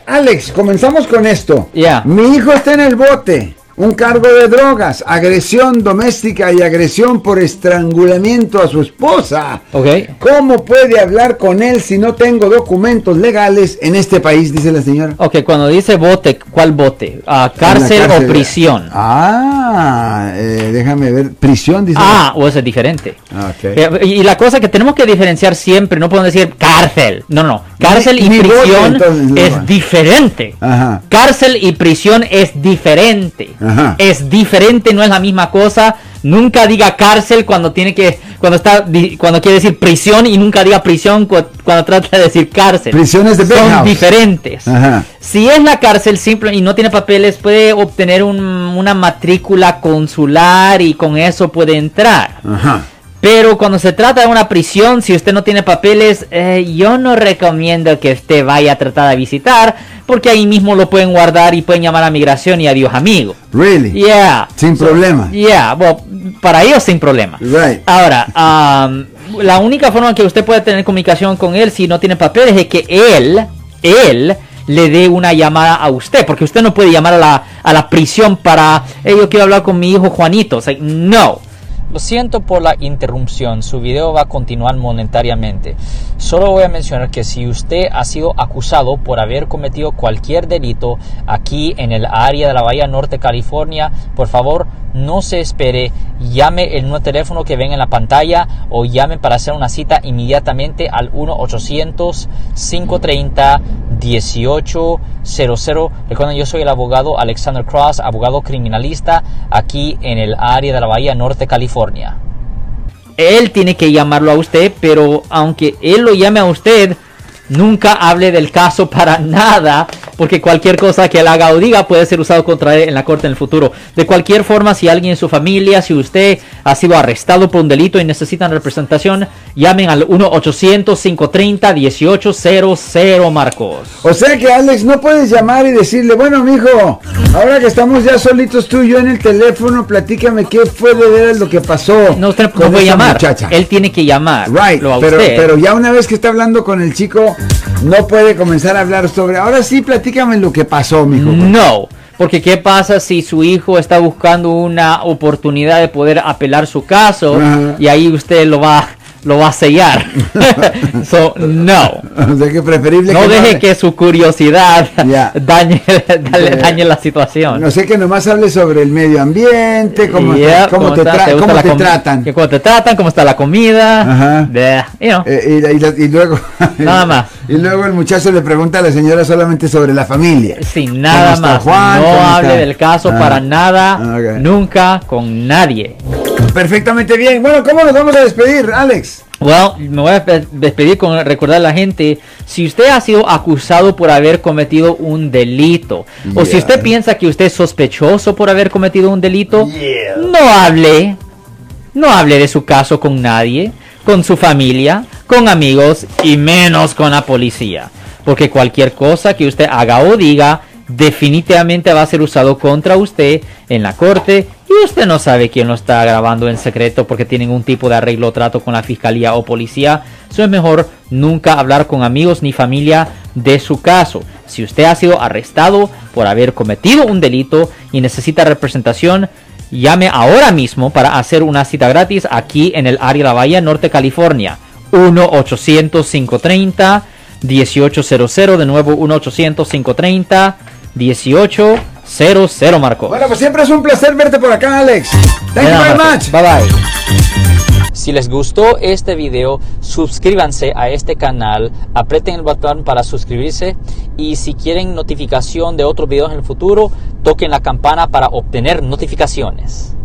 Alex, comenzamos con esto. Mi hijo está en el bote. Un cargo de drogas, agresión doméstica y agresión por estrangulamiento a su esposa. ¿Cómo puede hablar con él si no tengo documentos legales en este país? Dice la señora. Cuando dice bote, ¿cuál bote? ¿Cárcel o prisión? Déjame ver. Prisión, dice. O eso es diferente. Y la cosa que tenemos que diferenciar siempre, no podemos decir cárcel. No. Cárcel y prisión es diferente. Cárcel y prisión es diferente. Es diferente, no es la misma cosa. Nunca diga cárcel cuando quiere decir prisión, y nunca diga prisión cuando trata de decir cárcel. Prisiones de son diferentes. Si es la cárcel simple y no tiene papeles, puede obtener una matrícula consular y con eso puede entrar. Pero cuando se trata de una prisión, si usted no tiene papeles, yo no recomiendo que usted vaya a tratar de visitar, porque ahí mismo lo pueden guardar y pueden llamar a migración y adiós amigo. Really? Yeah. Sin problema. Yeah, para ellos sin problema. Right. Ahora, la única forma que usted puede tener comunicación con él si no tiene papeles es que él le dé una llamada a usted, porque usted no puede llamar a la prisión para, yo quiero hablar con mi hijo Juanito. No. Lo siento por la interrupción, su video va a continuar momentáneamente. Solo voy a mencionar que si usted ha sido acusado por haber cometido cualquier delito aquí en el área de la Bahía Norte, California, por favor no se espere, llame el nuevo teléfono que ven en la pantalla o llame para hacer una cita inmediatamente al 1-800-530-1800. Recuerden, yo soy el abogado Alexander Cross, abogado criminalista aquí en el área de la Bahía Norte, California. Él tiene que llamarlo a usted, pero aunque él lo llame a usted, nunca hable del caso para nada, porque cualquier cosa que él haga o diga puede ser usado contra él en la corte en el futuro. De cualquier forma, si alguien en su familia, si usted ha sido arrestado por un delito y necesitan representación, llamen al 1-800-530-1800, Marcos. O sea que, Alex, no puedes llamar y decirle, bueno, mijo, ahora que estamos ya solitos tú y yo en el teléfono, platícame qué fue de ver lo que pasó. No, usted no puede llamar. Muchacha. Él tiene que llamar. Right, pero ya una vez que está hablando con el chico, no puede comenzar a hablar sobre, ahora sí, platícame lo que pasó, mijo. No, porque ¿qué pasa si su hijo está buscando una oportunidad de poder apelar su caso y ahí usted lo va a sellar? No. O sea que preferible no deje que su curiosidad dañe la situación. No sé, que nomás hable sobre el medio ambiente, cómo te tratan. Cómo te tratan, cómo está la comida. Y luego nada más. Y luego el muchacho le pregunta a la señora solamente sobre la familia. Sin nada más. Juan, no hable del caso para nada, nunca, con nadie. Perfectamente bien. Bueno, ¿cómo nos vamos a despedir, Alex? Me voy a despedir con recordar a la gente, si usted ha sido acusado por haber cometido un delito, o si usted piensa que usted es sospechoso por haber cometido un delito, no hable de su caso con nadie, con su familia, con amigos y menos con la policía, porque cualquier cosa que usted haga o diga definitivamente va a ser usado contra usted en la corte, y usted no sabe quién lo está grabando en secreto porque tienen un tipo de arreglo o trato con la fiscalía o policía. Eso es mejor nunca hablar con amigos ni familia de su caso. Si usted ha sido arrestado por haber cometido un delito y necesita representación, llame ahora mismo para hacer una cita gratis aquí en el área de la Bahía Norte, California. 1-800-530-1800. De nuevo, 1-800-530-1800, Marcos. Bueno, pues siempre es un placer verte por acá, Alex. Thank you very much. Bye bye. Si les gustó este video, suscríbanse a este canal, aprieten el botón para suscribirse, y si quieren notificación de otros videos en el futuro, toquen la campana para obtener notificaciones.